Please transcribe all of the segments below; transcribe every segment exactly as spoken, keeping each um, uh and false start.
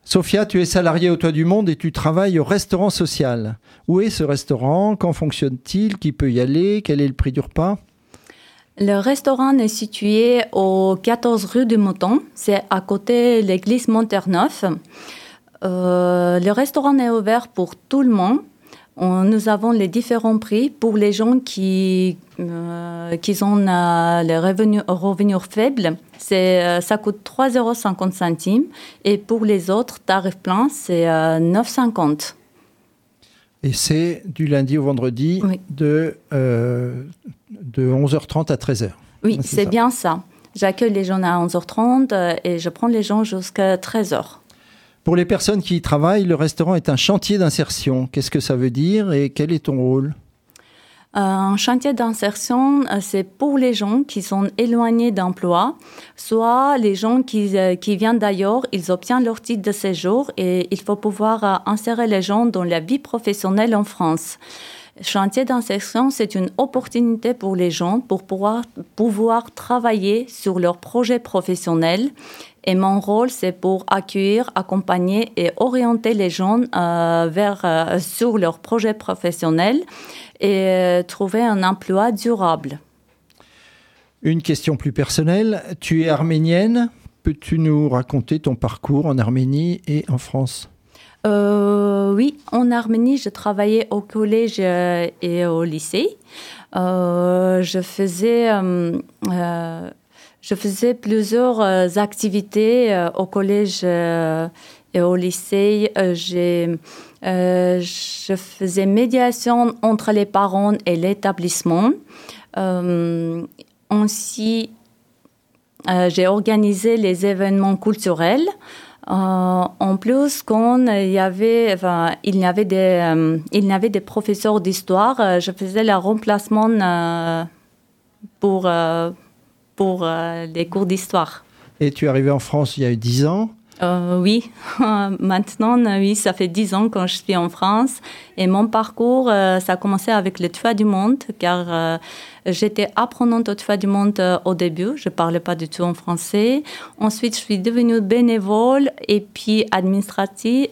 Sophia, tu es salariée au Toit du Monde et tu travailles au restaurant social. Où est ce restaurant? Quand fonctionne-t-il? Qui peut y aller? Quel est le prix du repas? Le restaurant est situé au quatorze rue du Mouton. C'est à côté de l'église Monterneuf. Euh, le restaurant est ouvert pour tout le monde. On, nous avons les différents prix pour les gens qui, euh, qui ont euh, les revenus, revenus faibles. C'est, euh, ça coûte trois euros cinquante. Et pour les autres, tarif plein, c'est euh, neuf euros cinquante. Et c'est du lundi au vendredi, oui. de, euh, de onze heures trente à treize heures. Oui, c'est, c'est bien ça. J'accueille les gens à onze heures trente et je prends les gens jusqu'à treize heures. Pour les personnes qui y travaillent, le restaurant est un chantier d'insertion. Qu'est-ce que ça veut dire et quel est ton rôle? Euh, un chantier d'insertion, c'est pour les gens qui sont éloignés d'emploi, soit les gens qui, euh, qui viennent d'ailleurs, ils obtiennent leur titre de séjour et il faut pouvoir euh, insérer les gens dans la vie professionnelle en France. Chantier d'insertion, c'est une opportunité pour les gens pour pouvoir, pouvoir travailler sur leur projet professionnel. Et mon rôle, c'est pour accueillir, accompagner et orienter les gens euh, vers, euh, sur leur projet professionnel et euh, trouver un emploi durable. Une question plus personnelle. Tu es arménienne. Peux-tu nous raconter ton parcours en Arménie et en France ? Euh, oui, en Arménie, je travaillais au collège et au lycée. Euh, je faisais, euh, euh, je faisais plusieurs activités euh, au collège euh, et au lycée. Euh, j'ai, euh, je faisais médiation entre les parents et l'établissement. Euh, ainsi, euh, j'ai organisé les événements culturels. Euh, en plus, quand il y avait, enfin, il y avait des, euh, il y avait des professeurs d'histoire, euh, je faisais le remplacement euh, pour, euh, pour euh, les cours d'histoire. Et tu es arrivée en France il y a eu dix ans? Euh, oui, maintenant, oui, ça fait dix ans que je suis en France. Et mon parcours, euh, ça a commencé avec le Toit du Monde, car euh, j'étais apprenante au Toit du Monde euh, au début. Je ne parlais pas du tout en français. Ensuite, je suis devenue bénévole et puis administratrice.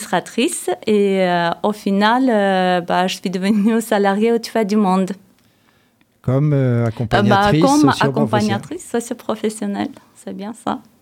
Et euh, au final, euh, bah, je suis devenue salariée au Toit du Monde. Comme euh, accompagnatrice, euh, bah, Comme socio-professionnelle. accompagnatrice socio-professionnelle, c'est bien ça.